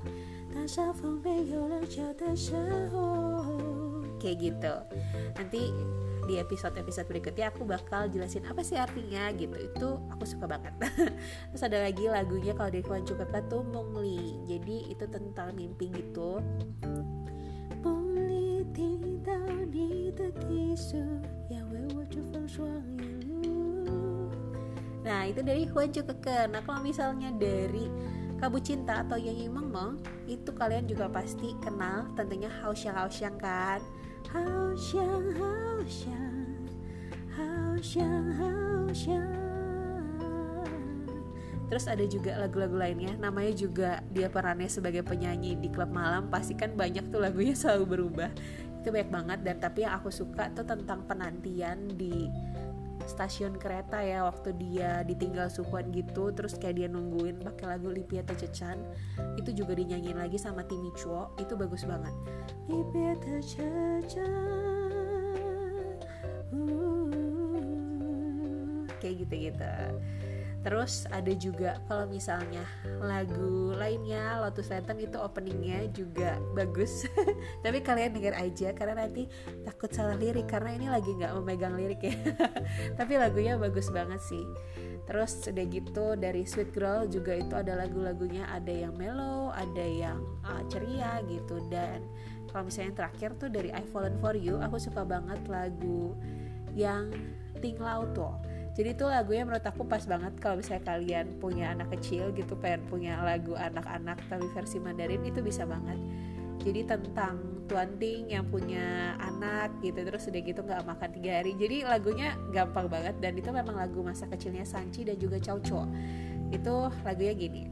[SPEAKER 1] Kayak gitu. Nanti di episode-episode berikutnya aku bakal jelasin apa sih artinya gitu. Itu aku suka banget. Terus ada lagi lagunya kalau dari Huan Chu Keke tuh Mong Li. Jadi itu tentang mimpi gitu. Mong Li tingdao ni de tisu yang wei wo zhu feng shuang yan lu. Nah itu dari Huan Chu Keke. Nah kalau misalnya dari Kabu Cinta atau Yang Yi Meng Meng itu kalian juga pasti kenal tentunya Hao Xiang Hao Xiang kan. Hao Xiang Hao Xiang Hao Xiang Hao Xiang. Terus ada juga lagu-lagu lainnya, namanya juga dia perannya sebagai penyanyi di klub malam, pasti kan banyak tuh lagunya selalu berubah. Itu banyak banget, dan tapi yang aku suka tuh tentang penantian di stasiun kereta ya, waktu dia ditinggal Suhuan gitu, terus kayak dia nungguin pakai lagu Lipia Tecechan, itu juga dinyanyiin lagi sama Timmy Chuo, itu bagus banget. Lipia Tecechan, uh, kayak gitu-gitu. Terus ada juga kalau misalnya lagu lainnya Lotus Lantern itu openingnya juga bagus. Tapi kalian denger aja karena nanti takut salah lirik karena ini lagi nggak memegang lirik ya. Tapi lagunya bagus banget sih. Terus udah gitu dari Sweet Girl juga itu ada lagu-lagunya, ada yang mellow, ada yang uh, ceria gitu. Dan kalau misalnya yang terakhir tuh dari I've Fallen For You, aku suka banget lagu yang Ting Lao tuh. Jadi itu lagunya menurut aku pas banget kalau misalnya kalian punya anak kecil gitu, pengen punya lagu anak-anak tapi versi Mandarin, itu bisa banget. Jadi tentang Tuan Ting yang punya anak gitu, terus udah gitu gak makan tiga hari. Jadi lagunya gampang banget, dan itu memang lagu masa kecilnya Sanchi dan juga Cao Chuo. Itu lagunya gini.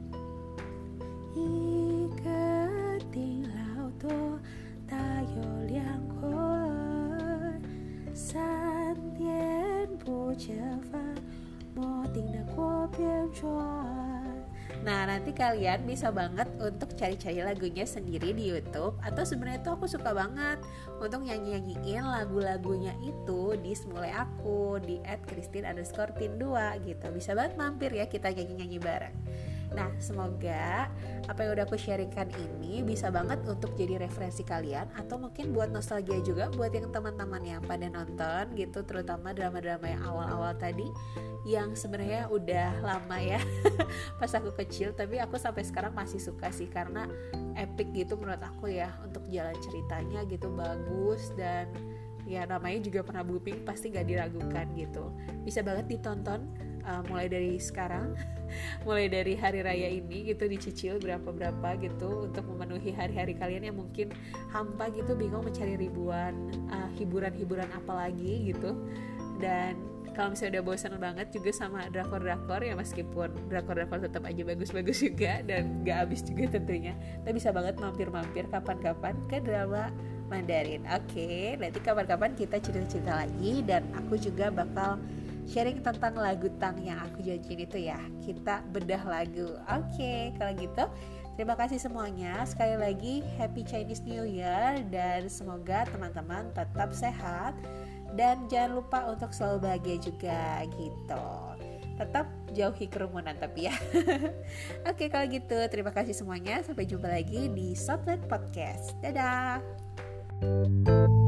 [SPEAKER 1] Ike Ting Lao to ta you liang kuo san tian bu jian fan mo ting de guo bian chuan. Nah nanti kalian bisa banget untuk cari-cari lagunya sendiri di YouTube, atau sebenarnya tuh aku suka banget untuk nyanyi-nyanyiin lagu-lagunya itu di Semulai Aku di at christine underscore tin dua gitu. Bisa banget mampir ya, kita nyanyi-nyanyi bareng. Nah semoga apa yang udah aku sharingkan ini bisa banget untuk jadi referensi kalian, atau mungkin buat nostalgia juga buat yang teman-teman yang pada nonton gitu, terutama drama-drama yang awal-awal tadi yang sebenarnya udah lama ya pas aku kecil, tapi aku sampai sekarang masih suka sih karena epic gitu menurut aku ya, untuk jalan ceritanya gitu bagus, dan ya namanya juga pernah booming, pasti gak diragukan gitu. Bisa banget ditonton uh, mulai dari sekarang mulai dari hari raya ini gitu, dicicil berapa-berapa gitu untuk memenuhi hari-hari kalian yang mungkin hampa gitu, bingung mencari ribuan uh, hiburan-hiburan apa lagi gitu. Dan kalau misalnya udah bosan banget juga sama drakor-drakor ya, meskipun drakor-drakor tetap aja bagus-bagus juga dan gak habis juga tentunya, tapi bisa banget mampir-mampir kapan-kapan ke drama Mandarin. Oke, nanti kapan-kapan kita cerita-cerita lagi, dan aku juga bakal sharing tentang lagu Tang yang aku janjiin itu ya. Kita bedah lagu. Oke, kalau gitu terima kasih semuanya. Sekali lagi Happy Chinese New Year, dan semoga teman-teman tetap sehat dan jangan lupa untuk selalu bahagia juga gitu. tetap jauhi kerumunan tapi ya. Oke, kalau gitu terima kasih semuanya. Sampai jumpa lagi di Sotlet Podcast. Dadah.